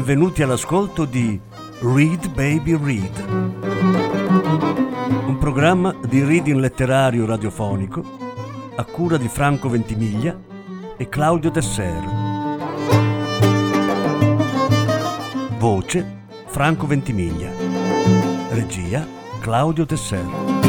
Benvenuti all'ascolto di Read Baby Read, un programma di reading letterario radiofonico a cura di Franco Ventimiglia e Claudio Desser. Voce Franco Ventimiglia. Regia Claudio Desser.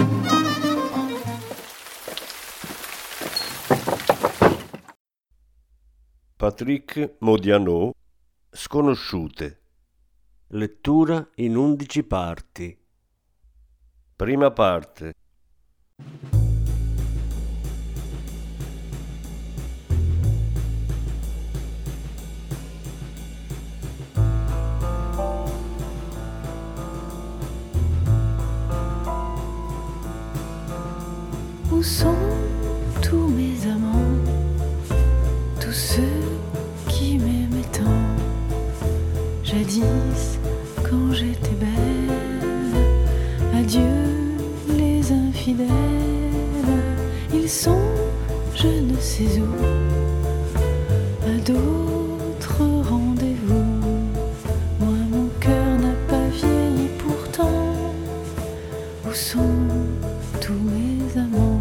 Patrick Modiano, Sconosciute. Lettura in 11 parti. Prima parte. Où sont tous mes amants, tous ceux qui m'aimaient tant, jadis quand j'étais belle. Adieu les infidèles, ils sont je ne sais où, à d'autres rendez-vous. Moi mon cœur n'a pas vieilli pourtant. Où sont tous mes amants?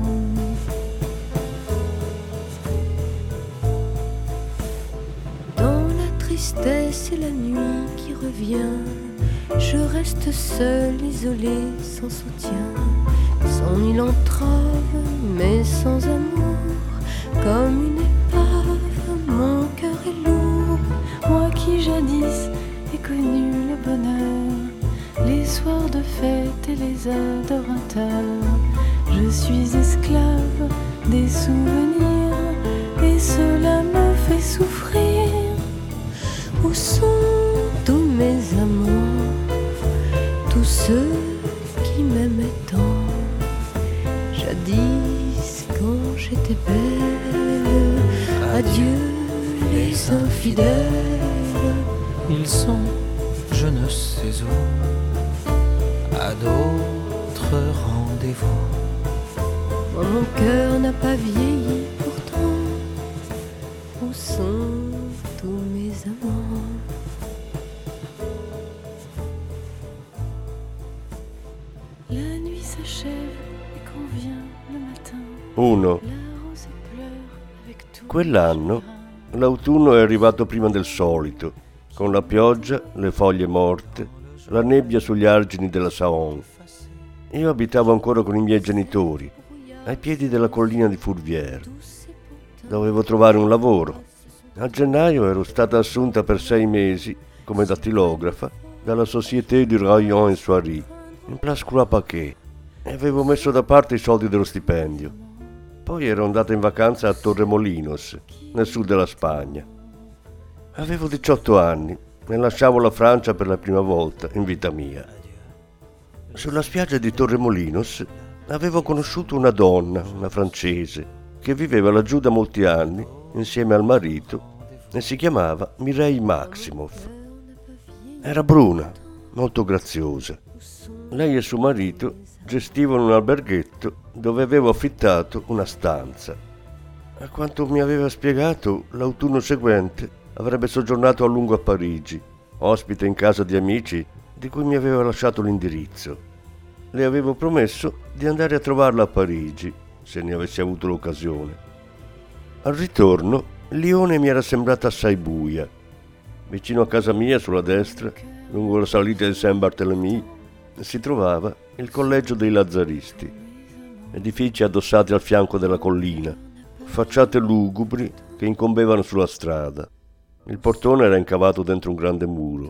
Tristesse et la nuit qui revient, je reste seule, isolée, sans soutien, sans nulle entrave, mais sans amour. Comme une épave, mon cœur est lourd. Moi qui jadis ai connu le bonheur, les soirs de fête et les adorateurs, je suis esclave des souvenirs, et cela me fait souffrir. Où sont tous mes amants, tous ceux qui m'aimaient tant, jadis quand j'étais belle. Adieu les infidèles, ils sont je ne sais où, à d'autres rendez-vous. Moi mon cœur n'a pas vieilli pourtant. Où sont tous mes amants? La nuit s'achève et quand vient le matin, 1. la rose pleure avec tout. Quell'anno l'autunno è arrivato prima del solito, con la pioggia, le foglie morte, la nebbia sugli argini della Saône. Io abitavo ancora con i miei genitori, ai piedi della collina di Fourvière. Dovevo trovare un lavoro. A gennaio ero stata assunta per 6 mesi come dattilografa dalla Société du Rayon en Soierie, in Place Croix-Paquet, e avevo messo da parte i soldi dello stipendio. Poi ero andata in vacanza a Torremolinos, nel sud della Spagna. Avevo 18 anni e lasciavo la Francia per la prima volta in vita mia. Sulla spiaggia di Torremolinos avevo conosciuto una donna, una francese, che viveva laggiù da molti anni insieme al marito e si chiamava Mireille Maximoff. Era bruna, molto graziosa. Lei e suo marito gestivano un alberghetto dove avevo affittato una stanza. A quanto mi aveva spiegato, l'autunno seguente avrebbe soggiornato a lungo a Parigi, ospite in casa di amici di cui mi aveva lasciato l'indirizzo. Le avevo promesso di andare a trovarla a Parigi, se ne avessi avuto l'occasione. Al ritorno, Lione mi era sembrata assai buia. Vicino a casa mia, sulla destra, lungo la salita di Saint-Barthélemy, si trovava il collegio dei Lazzaristi, edifici addossati al fianco della collina, facciate lugubri che incombevano sulla strada. Il portone era incavato dentro un grande muro.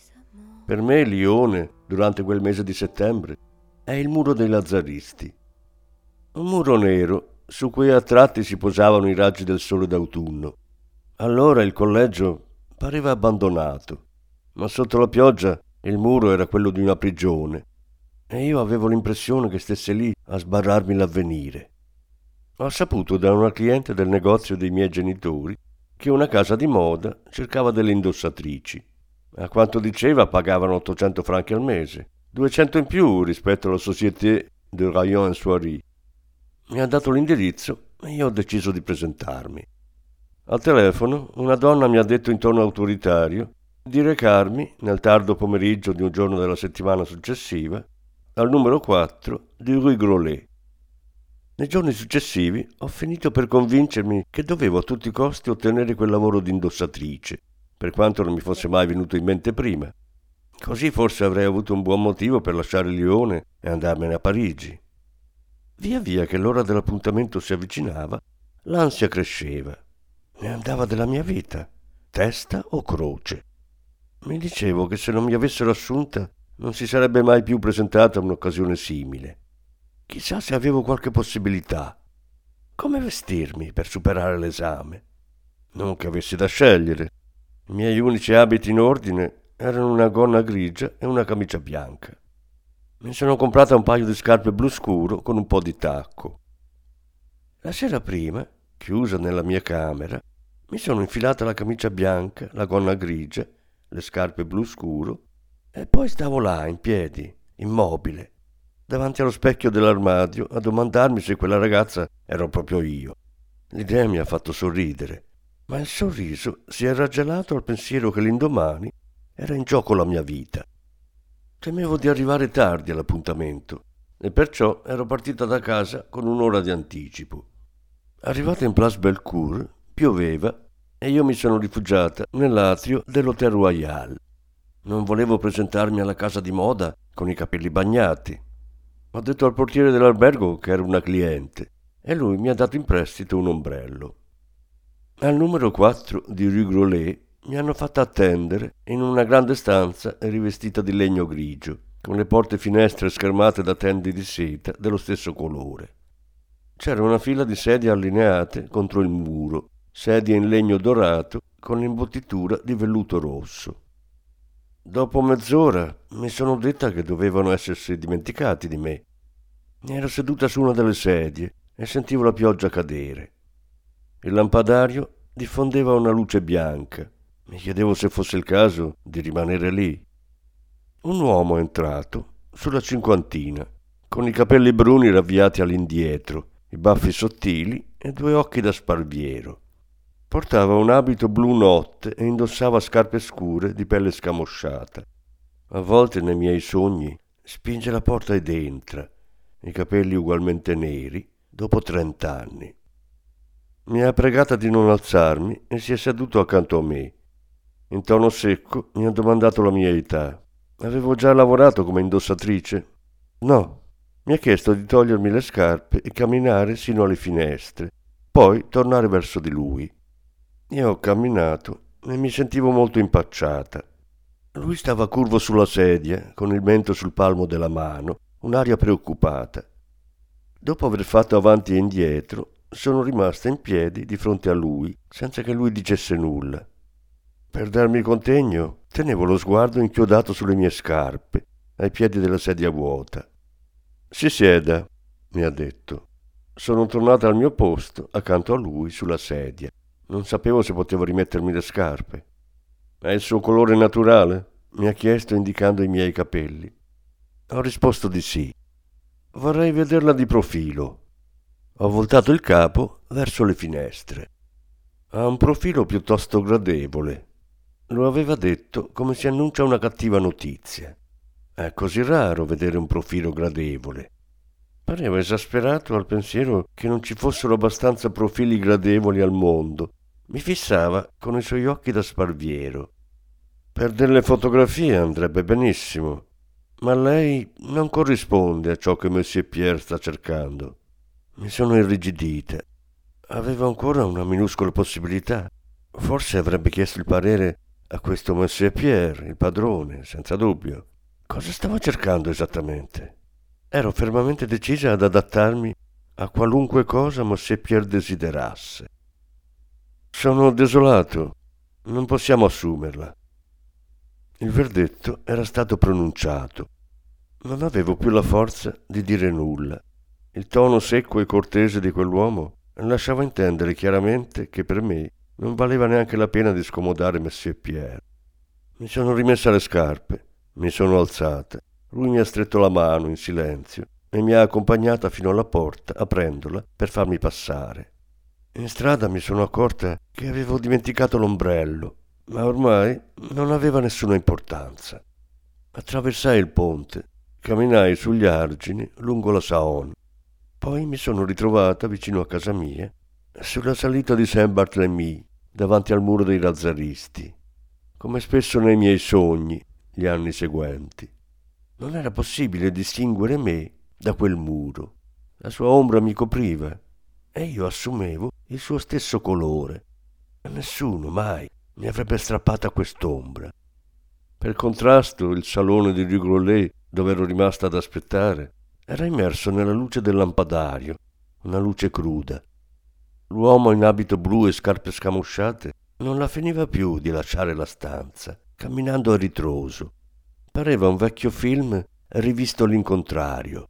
Per me Lione, durante quel mese di settembre, è il muro dei Lazzaristi. Un muro nero su cui a tratti si posavano i raggi del sole d'autunno. Allora il collegio pareva abbandonato, ma sotto la pioggia il muro era quello di una prigione e io avevo l'impressione che stesse lì a sbarrarmi l'avvenire. Ho saputo da una cliente del negozio dei miei genitori che una casa di moda cercava delle indossatrici. A quanto diceva pagavano 800 franchi al mese, 200 in più rispetto alla Société du Rayon en Soierie. Mi ha dato l'indirizzo e io ho deciso di presentarmi. Al telefono una donna mi ha detto in tono autoritario di recarmi, nel tardo pomeriggio di un giorno della settimana successiva, al numero 4 di Rue Grolet. Nei giorni successivi ho finito per convincermi che dovevo a tutti i costi ottenere quel lavoro di indossatrice, per quanto non mi fosse mai venuto in mente prima. Così forse avrei avuto un buon motivo per lasciare Lione e andarmene a Parigi. Via via che l'ora dell'appuntamento si avvicinava, l'ansia cresceva. Ne andava della mia vita, testa o croce. Mi dicevo che se non mi avessero assunta non si sarebbe mai più presentata un'occasione simile. Chissà se avevo qualche possibilità. Come vestirmi per superare l'esame? Non che avessi da scegliere. I miei unici abiti in ordine erano una gonna grigia e una camicia bianca. Mi sono comprata un paio di scarpe blu scuro con un po' di tacco. La sera prima, chiusa nella mia camera, mi sono infilata la camicia bianca, la gonna grigia, le scarpe blu scuro e poi stavo là, in piedi, immobile, davanti allo specchio dell'armadio a domandarmi se quella ragazza ero proprio io. L'idea mi ha fatto sorridere, ma il sorriso si è raggelato al pensiero che l'indomani era in gioco la mia vita. Temevo di arrivare tardi all'appuntamento e perciò ero partita da casa con un'ora di anticipo. Arrivata in Place Bellecour, pioveva e io mi sono rifugiata nell'atrio dell'Hotel Royal. Non volevo presentarmi alla casa di moda con i capelli bagnati. Ho detto al portiere dell'albergo che ero una cliente e lui mi ha dato in prestito un ombrello. Al numero 4 di Rue Grolet mi hanno fatta attendere in una grande stanza rivestita di legno grigio, con le porte e finestre schermate da tende di seta dello stesso colore. C'era una fila di sedie allineate contro il muro, sedie in legno dorato con l'imbottitura di velluto rosso. Dopo mezz'ora mi sono detta che dovevano essersi dimenticati di me. Ero seduta su una delle sedie e sentivo la pioggia cadere. Il lampadario diffondeva una luce bianca. Mi chiedevo se fosse il caso di rimanere lì. Un uomo è entrato, sulla cinquantina, con i capelli bruni ravviati all'indietro, i baffi sottili e 2 occhi da sparviero. Portava un abito blu notte e indossava scarpe scure di pelle scamosciata. A volte nei miei sogni spinge la porta ed entra, i capelli ugualmente neri, dopo 30 anni. Mi ha pregata di non alzarmi e si è seduto accanto a me. In tono secco mi ha domandato la mia età. Avevo già lavorato come indossatrice? No. Mi ha chiesto di togliermi le scarpe e camminare sino alle finestre, poi tornare verso di lui. Io ho camminato e mi sentivo molto impacciata. Lui stava curvo sulla sedia, con il mento sul palmo della mano, un'aria preoccupata. Dopo aver fatto avanti e indietro, sono rimasta in piedi di fronte a lui, senza che lui dicesse nulla. Per darmi contegno, tenevo lo sguardo inchiodato sulle mie scarpe, ai piedi della sedia vuota. Si sieda, mi ha detto. Sono tornata al mio posto, accanto a lui, sulla sedia. Non sapevo se potevo rimettermi le scarpe. È il suo colore naturale? Mi ha chiesto indicando i miei capelli. Ho risposto di sì. Vorrei vederla di profilo. Ho voltato il capo verso le finestre. Ha un profilo piuttosto gradevole. Lo aveva detto come si annuncia una cattiva notizia. È così raro vedere un profilo gradevole. Pareva esasperato al pensiero che non ci fossero abbastanza profili gradevoli al mondo. Mi fissava con i suoi occhi da sparviero. Per delle fotografie andrebbe benissimo, ma lei non corrisponde a ciò che Monsieur Pierre sta cercando. Mi sono irrigidita. Avevo ancora una minuscola possibilità. Forse avrebbe chiesto il parere a questo Monsieur Pierre, il padrone, senza dubbio. Cosa stava cercando esattamente? Ero fermamente decisa ad adattarmi a qualunque cosa Monsieur Pierre desiderasse. Sono desolato. Non possiamo assumerla. Il verdetto era stato pronunciato. Non avevo più la forza di dire nulla. Il tono secco e cortese di quell'uomo lasciava intendere chiaramente che per me non valeva neanche la pena di scomodare Monsieur Pierre. Mi sono rimessa le scarpe, mi sono alzata. Lui mi ha stretto la mano in silenzio e mi ha accompagnata fino alla porta, aprendola per farmi passare. In strada mi sono accorta che avevo dimenticato l'ombrello. ma ormai non aveva nessuna importanza. Attraversai il ponte, camminai sugli argini lungo la Saône. Poi mi sono ritrovata vicino a casa mia, sulla salita di Saint-Barthélemy, davanti al muro dei lazzaristi, come spesso nei miei sogni gli anni seguenti. Non era possibile distinguere me da quel muro. La sua ombra mi copriva e io assumevo il suo stesso colore. E nessuno mai mi avrebbe strappata quest'ombra. Per contrasto, il salone di Rue Groslay, dove ero rimasta ad aspettare, era immerso nella luce del lampadario, una luce cruda. L'uomo in abito blu e scarpe scamosciate non la finiva più di lasciare la stanza, camminando a ritroso. Pareva un vecchio film rivisto all'incontrario.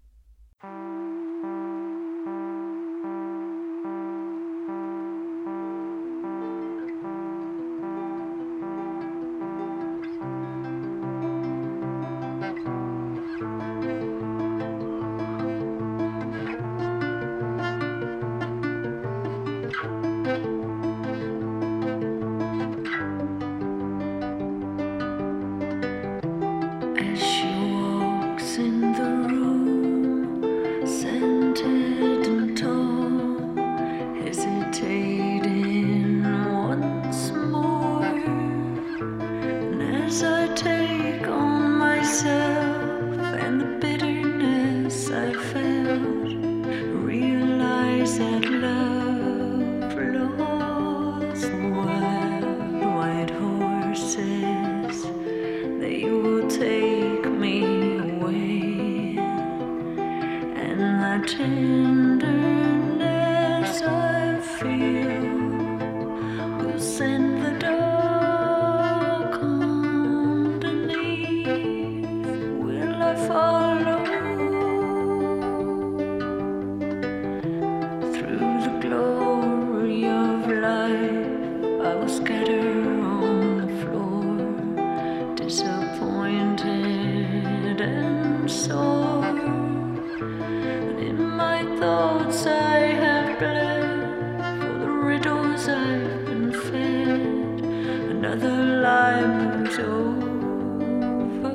Tenderness I feel will send the dark underneath. Will I follow through the glory of life? I will scatter on the floor, disappointed and sore. Thoughts I have bled for the riddles I've been fed. Another lie moves over.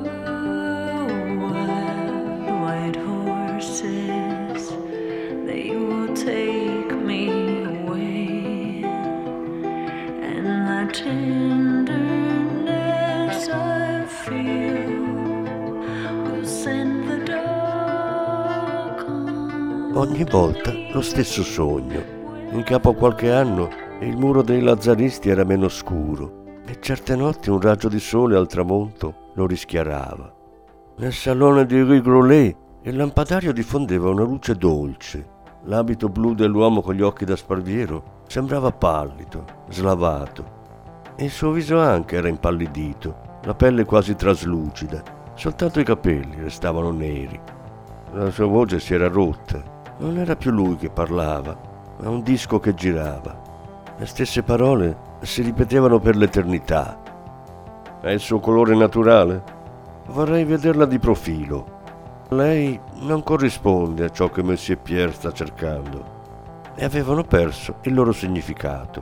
Wild white horses, they will take me away, and the tenderness I feel will send the dark. Ogni volta lo stesso sogno. In capo a qualche anno il muro dei lazzaristi era meno scuro e certe notti un raggio di sole al tramonto lo rischiarava. Nel salone di Rue Groslay il lampadario diffondeva una luce dolce. L'abito blu dell'uomo con gli occhi da sparviero sembrava pallido, slavato. E il suo viso anche era impallidito, la pelle quasi traslucida. Soltanto i capelli restavano neri. La sua voce si era rotta. Non era più lui che parlava, ma un disco che girava. Le stesse parole si ripetevano per l'eternità. È il suo colore naturale? Vorrei vederla di profilo. Lei non corrisponde a ciò che Monsieur Pierre sta cercando. E avevano perso il loro significato.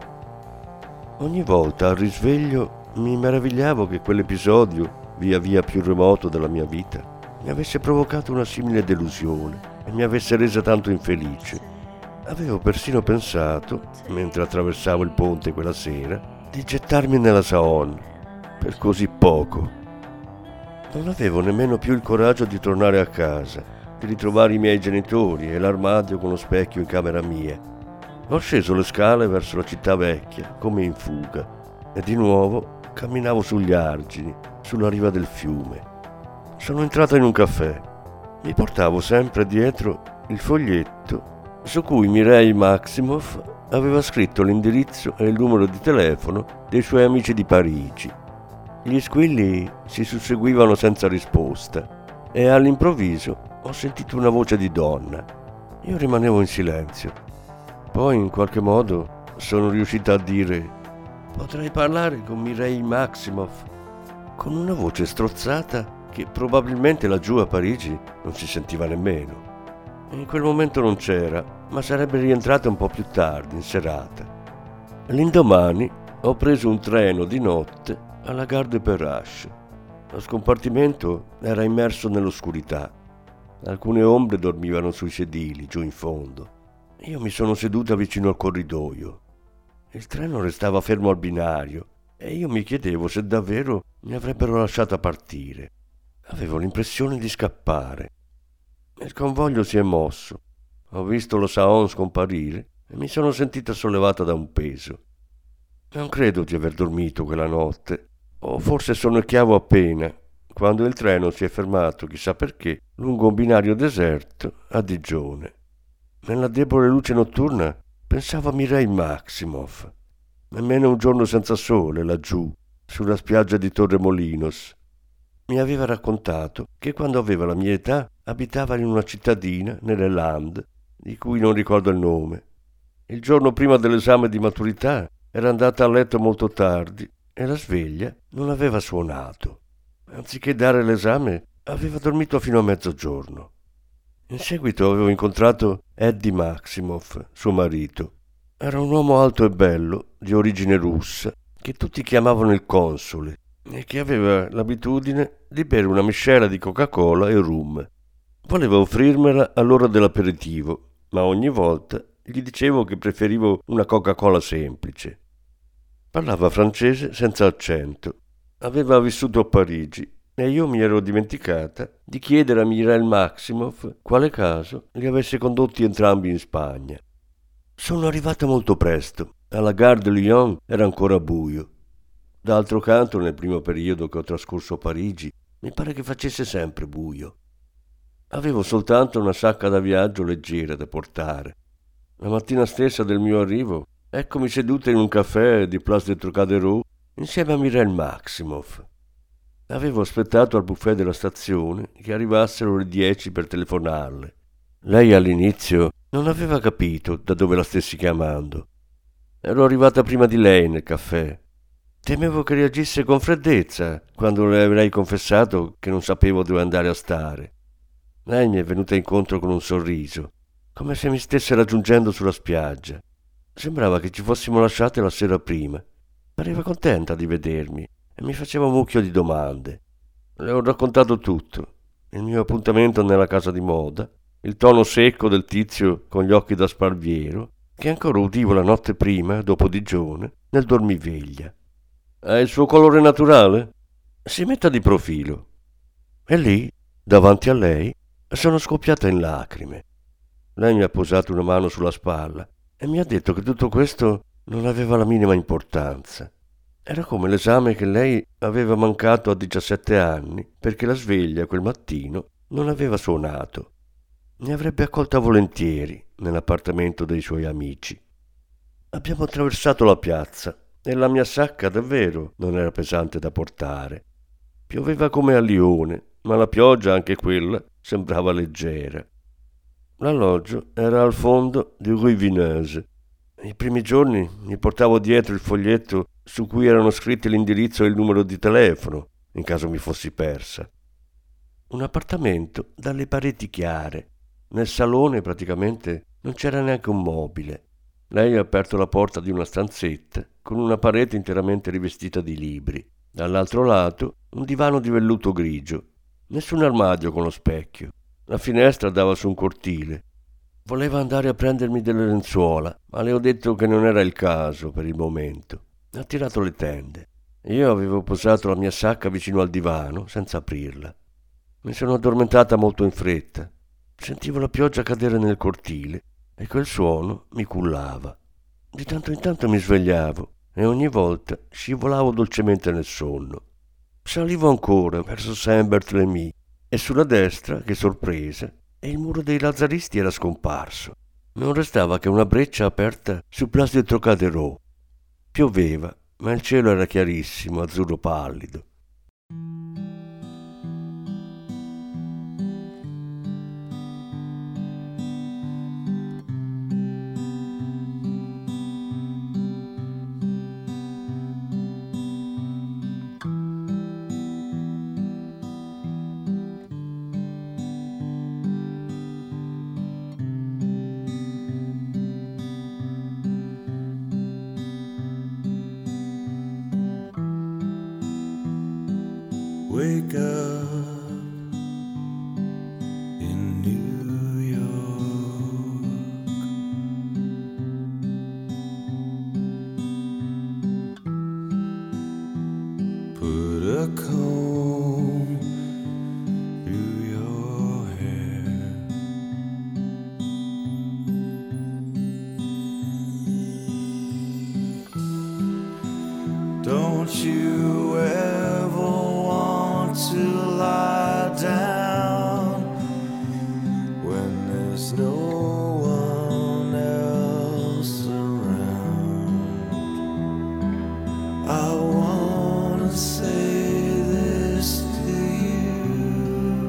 Ogni volta al risveglio mi meravigliavo che quell'episodio, via via più remoto della mia vita, mi avesse provocato una simile delusione e mi avesse resa tanto infelice. Avevo persino pensato, mentre attraversavo il ponte quella sera, di gettarmi nella Saône, per così poco. Non avevo nemmeno più il coraggio di tornare a casa, di ritrovare i miei genitori e l'armadio con lo specchio in camera mia. Ho sceso le scale verso la città vecchia, come in fuga, e di nuovo camminavo sugli argini, sulla riva del fiume. Sono entrato in un caffè. Mi portavo sempre dietro il foglietto su cui Mireille Maximoff aveva scritto l'indirizzo e il numero di telefono dei suoi amici di Parigi. Gli squilli si susseguivano senza risposta e all'improvviso ho sentito una voce di donna. Io rimanevo in silenzio. Poi in qualche modo sono riuscita a dire: potrei parlare con Mireille Maximoff, con una voce strozzata che probabilmente laggiù a Parigi non si sentiva nemmeno. In quel momento non c'era, ma sarebbe rientrata un po' più tardi, in serata. L'indomani Ho preso un treno di notte alla Gare de Perrache. Lo scompartimento era immerso nell'oscurità. Alcune ombre dormivano sui sedili, giù in fondo. Io mi sono seduta vicino al corridoio. Il treno restava fermo al binario e io mi chiedevo se davvero mi avrebbero lasciata partire. Avevo l'impressione di scappare. Il convoglio si è mosso. Ho visto lo Saon scomparire e mi sono sentita sollevata da un peso. Non credo di aver dormito quella notte, o forse sonnecchiavo appena, quando il treno si è fermato, chissà perché, lungo un binario deserto a Digione. Nella debole luce notturna pensavo a Mireille Maximoff. Nemmeno un giorno senza sole, laggiù, sulla spiaggia di Torremolinos. Mi aveva raccontato che quando aveva la mia età abitava in una cittadina nelle Landes, di cui non ricordo il nome. Il giorno prima dell'esame di maturità era andata a letto molto tardi e la sveglia non aveva suonato. Anziché dare l'esame, aveva dormito fino a mezzogiorno. In seguito avevo incontrato Eddie Maximoff, suo marito. Era un uomo alto e bello, di origine russa, che tutti chiamavano il console, e che aveva l'abitudine di bere una miscela di Coca-Cola e rum. Voleva offrirmela all'ora dell'aperitivo, ma ogni volta gli dicevo che preferivo una Coca-Cola semplice. Parlava francese senza accento. Aveva vissuto a Parigi e io mi ero dimenticata di chiedere a Mireille Maximoff quale caso li avesse condotti entrambi in Spagna. Sono arrivata molto presto. Alla Gare de Lyon era ancora buio. D'altro canto, nel primo periodo che ho trascorso a Parigi, mi pare che facesse sempre buio. Avevo soltanto una sacca da viaggio leggera da portare. La mattina stessa del mio arrivo, eccomi seduta in un caffè di Place des Trocadéro insieme a Mireille Maximoff. Avevo aspettato al buffet della stazione che arrivassero le 10 per telefonarle. Lei all'inizio non aveva capito da dove la stessi chiamando. Ero arrivata prima di lei nel caffè. Temevo che reagisse con freddezza quando le avrei confessato che non sapevo dove andare a stare. Lei mi è venuta incontro con un sorriso, come se mi stesse raggiungendo sulla spiaggia. Sembrava che ci fossimo lasciate la sera prima. Pareva contenta di vedermi e mi faceva un mucchio di domande. Le ho raccontato tutto: il mio appuntamento nella casa di moda, il tono secco del tizio con gli occhi da sparviero, che ancora udivo la notte prima, dopo Digione, nel dormiveglia. Ha il suo colore naturale? Si metta di profilo. E lì, davanti a lei, sono scoppiata in lacrime. Lei mi ha posato una mano sulla spalla e mi ha detto che tutto questo non aveva la minima importanza. Era come l'esame che lei aveva mancato a 17 anni perché la sveglia quel mattino non aveva suonato. Mi avrebbe accolta volentieri nell'appartamento dei suoi amici. Abbiamo attraversato la piazza e la mia sacca davvero non era pesante da portare. Pioveva come a Lione, ma la pioggia, anche quella, sembrava leggera. L'alloggio era al fondo di Rue Vineuse. I primi giorni mi portavo dietro il foglietto su cui erano scritti l'indirizzo e il numero di telefono, in caso mi fossi persa. Un appartamento dalle pareti chiare. Nel salone praticamente non c'era neanche un mobile. Lei ha aperto la porta di una stanzetta con una parete interamente rivestita di libri. Dall'altro lato un divano di velluto grigio. Nessun armadio con lo specchio. La finestra dava su un cortile. Voleva andare a prendermi delle lenzuola, ma le ho detto che non era il caso per il momento. Ha tirato le tende. Io avevo posato la mia sacca vicino al divano senza aprirla. Mi sono addormentata molto in fretta. Sentivo la pioggia cadere nel cortile e quel suono mi cullava. Di tanto in tanto mi svegliavo e ogni volta scivolavo dolcemente nel sonno. Salivo ancora verso Saint-Barthélemy e sulla destra, che sorpresa, il muro dei lazzaristi era scomparso. Non restava che una breccia aperta su Place des Trocadéro. Pioveva, ma il cielo era chiarissimo, azzurro pallido. you ever want to lie down when there's no one else around? I wanna say this to you.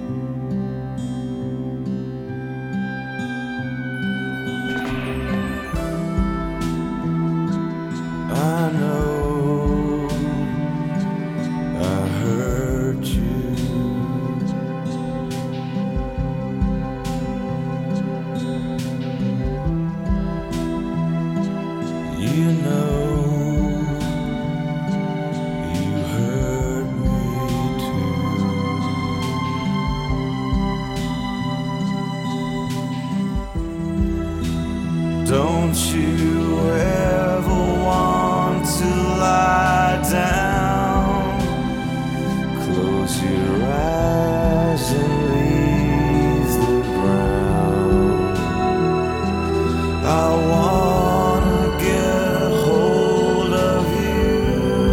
I know I hurt you. You know you hurt me too. Don't you ever want to lie down? Close your eyes and leave the ground. I wanna get hold of you.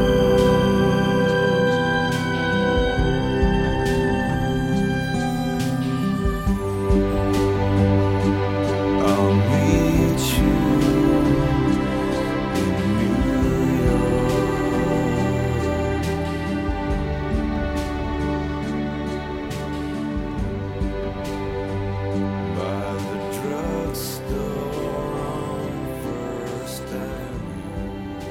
I'll meet you in New York. By the drugstore on First Avenue.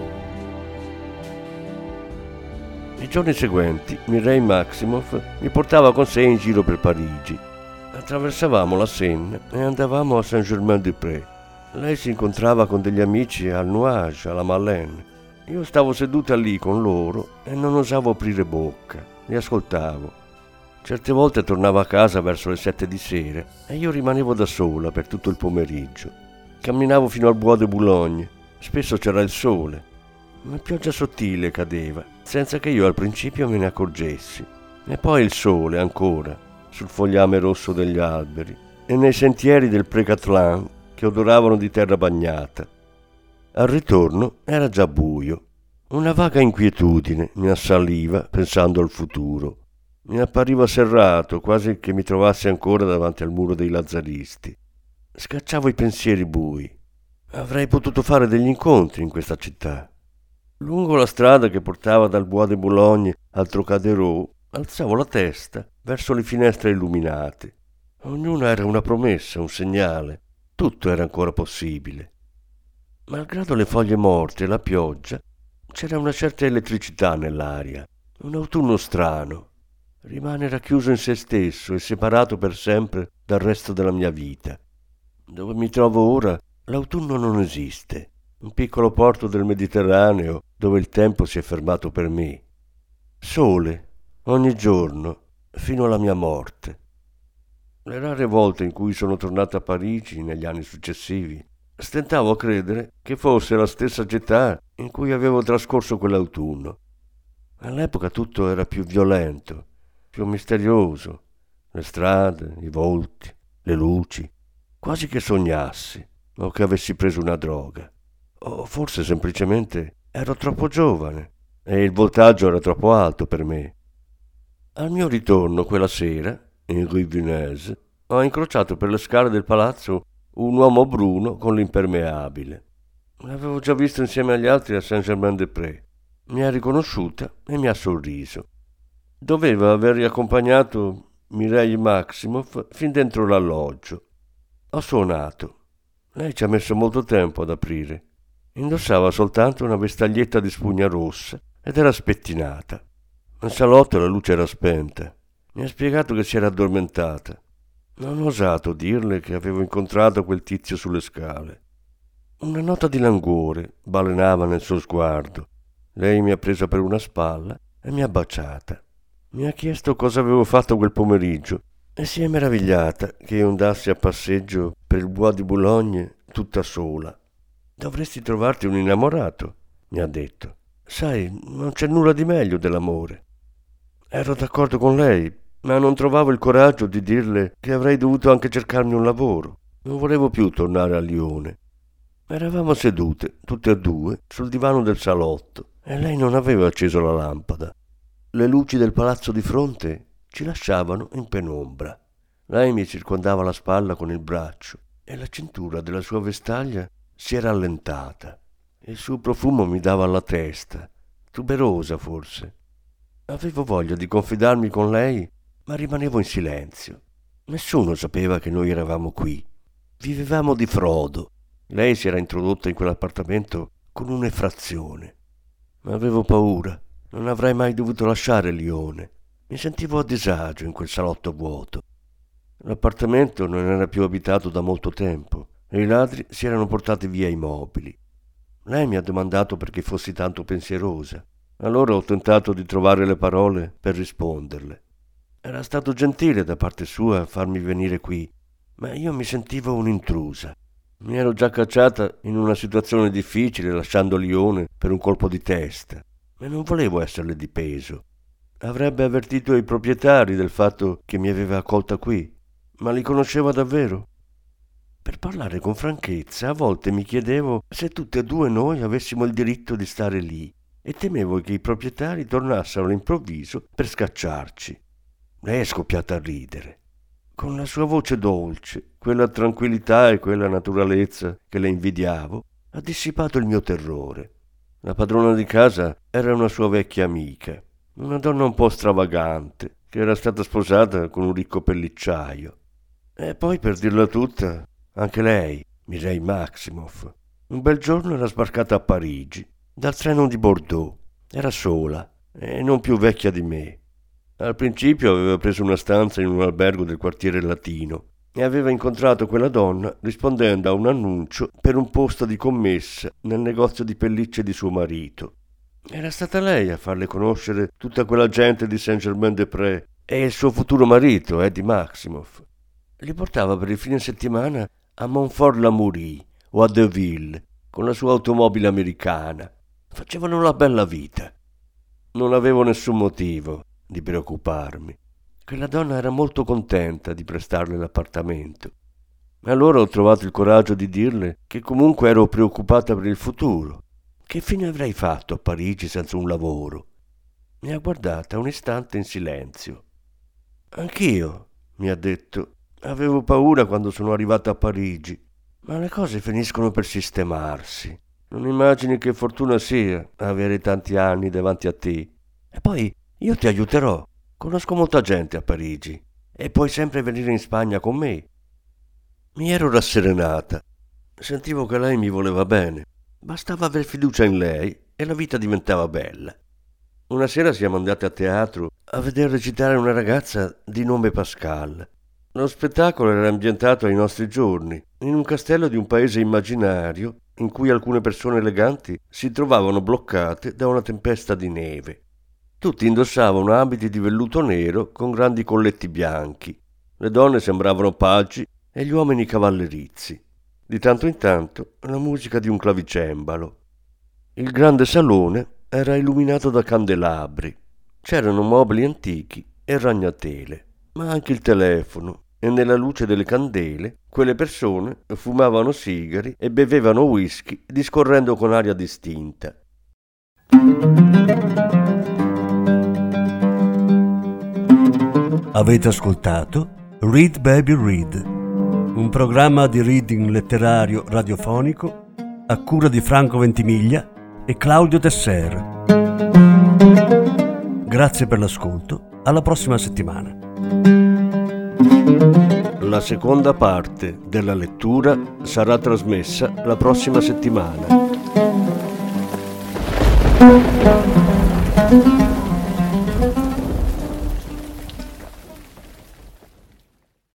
I giorni seguenti Mireille Maximoff mi portava con sé in giro per Parigi. Attraversavamo la Seine e andavamo a Saint-Germain-des-Prés. Lei si incontrava con degli amici al Nuage, alla Marlène. Io stavo seduta lì con loro e non osavo aprire bocca, li ascoltavo. Certe volte tornavo a casa verso le 7 di sera e io rimanevo da sola per tutto il pomeriggio. Camminavo fino al Bois de Boulogne, spesso c'era il sole. Una pioggia sottile cadeva, senza che io al principio me ne accorgessi. E poi il sole ancora, sul fogliame rosso degli alberi e nei sentieri del Pré-Catelan che odoravano di terra bagnata. Al ritorno era già buio. Una vaga inquietudine mi assaliva pensando al futuro. Mi appariva serrato, quasi che mi trovassi ancora davanti al muro dei lazzaristi. Scacciavo i pensieri bui. Avrei potuto fare degli incontri in questa città. Lungo la strada che portava dal Bois de Boulogne al Trocadéro, alzavo la testa verso le finestre illuminate. Ognuna era una promessa, un segnale. Tutto era ancora possibile. Malgrado le foglie morte e la pioggia, c'era una certa elettricità nell'aria, un autunno strano. Rimane racchiuso in se stesso e separato per sempre dal resto della mia vita. Dove mi trovo ora, l'autunno non esiste. Un piccolo porto del Mediterraneo dove il tempo si è fermato per me. Sole, ogni giorno, fino alla mia morte. Le rare volte in cui sono tornato a Parigi negli anni successivi, stentavo a credere che fosse la stessa città in cui avevo trascorso quell'autunno. All'epoca tutto era più violento, più misterioso. Le strade, i volti, le luci, quasi che sognassi o che avessi preso una droga. O forse semplicemente ero troppo giovane e il voltaggio era troppo alto per me. Al mio ritorno quella sera, in Rue Vineuse, ho incrociato per le scale del palazzo un uomo bruno con l'impermeabile. L'avevo già visto insieme agli altri a Saint-Germain-des-Prés. Mi ha riconosciuta e mi ha sorriso. Doveva aver riaccompagnato Mireille Maximoff fin dentro l'alloggio. Ho suonato. Lei ci ha messo molto tempo ad aprire. Indossava soltanto una vestaglietta di spugna rossa ed era spettinata. Nel salotto la luce era spenta. Mi ha spiegato che si era addormentata. Non ho osato dirle che avevo incontrato quel tizio sulle scale. Una nota di languore balenava nel suo sguardo. Lei mi ha presa per una spalla e mi ha baciata. Mi ha chiesto cosa avevo fatto quel pomeriggio e si è meravigliata che io andassi a passeggio per il Bois de Boulogne tutta sola. Dovresti trovarti un innamorato, mi ha detto. Sai, non c'è nulla di meglio dell'amore. Ero d'accordo con lei, ma non trovavo il coraggio di dirle che avrei dovuto anche cercarmi un lavoro. Non volevo più tornare a Lione. Eravamo sedute, tutte e due, sul divano del salotto e lei non aveva acceso la lampada. Le luci del palazzo di fronte ci lasciavano in penombra. Lei mi circondava la spalla con il braccio e la cintura della sua vestaglia si era allentata. Il suo profumo mi dava alla testa, tuberosa forse. Avevo voglia di confidarmi con lei, ma rimanevo in silenzio. Nessuno sapeva che noi eravamo qui. Vivevamo di frodo. Lei si era introdotta in quell'appartamento con un'effrazione. Ma avevo paura. Non avrei mai dovuto lasciare Lione. Mi sentivo a disagio in quel salotto vuoto. L'appartamento non era più abitato da molto tempo e i ladri si erano portati via i mobili. Lei mi ha domandato perché fossi tanto pensierosa. Allora ho tentato di trovare le parole per risponderle. Era stato gentile da parte sua farmi venire qui, ma io mi sentivo un'intrusa. Mi ero già cacciata in una situazione difficile lasciando Lione per un colpo di testa e non volevo esserle di peso. Avrebbe avvertito i proprietari del fatto che mi aveva accolta qui, ma li conosceva davvero? Per parlare con franchezza, a volte mi chiedevo se tutte e due noi avessimo il diritto di stare lì e temevo che i proprietari tornassero all'improvviso per scacciarci. Lei è scoppiata a ridere. Con la sua voce dolce, quella tranquillità e quella naturalezza che le invidiavo, ha dissipato il mio terrore. La padrona di casa era una sua vecchia amica, una donna un po' stravagante, che era stata sposata con un ricco pellicciaio. E poi, per dirla tutta, anche lei, Mireille Maximoff, un bel giorno era sbarcata a Parigi, dal treno di Bordeaux. Era sola e non più vecchia di me. Al principio aveva preso una stanza in un albergo del quartiere latino e aveva incontrato quella donna rispondendo a un annuncio per un posto di commessa nel negozio di pellicce di suo marito. Era stata lei a farle conoscere tutta quella gente di Saint-Germain-des-Prés e il suo futuro marito, Eddie Maximoff. Li portava per il fine settimana a Montfort-l'Amaury o a Deauville con la sua automobile americana. Facevano la bella vita. Non avevo nessun motivo di preoccuparmi. Quella donna era molto contenta di prestarle l'appartamento. Allora ho trovato il coraggio di dirle che comunque ero preoccupata per il futuro. Che fine avrei fatto a Parigi senza un lavoro? Mi ha guardata un istante in silenzio. Anch'io, mi ha detto, avevo paura quando sono arrivata a Parigi, ma le cose finiscono per sistemarsi. Non immagini che fortuna sia avere tanti anni davanti a te. E poi io ti aiuterò. Conosco molta gente a Parigi e puoi sempre venire in Spagna con me. Mi ero rasserenata. Sentivo che lei mi voleva bene. Bastava aver fiducia in lei e la vita diventava bella. Una sera siamo andati a teatro a vedere recitare una ragazza di nome Pascal. Lo spettacolo era ambientato ai nostri giorni, in un castello di un paese immaginario in cui alcune persone eleganti si trovavano bloccate da una tempesta di neve. Tutti indossavano abiti di velluto nero con grandi colletti bianchi. Le donne sembravano pagi e gli uomini cavallerizzi. Di tanto in tanto la musica di un clavicembalo. Il grande salone era illuminato da candelabri. C'erano mobili antichi e ragnatele, ma anche il telefono, e nella luce delle candele quelle persone fumavano sigari e bevevano whisky discorrendo con aria distinta. Avete ascoltato Read Baby Read, un programma di reading letterario radiofonico a cura di Franco Ventimiglia e Claudio Tesser. Grazie per l'ascolto, alla prossima settimana. La seconda parte della lettura sarà trasmessa la prossima settimana.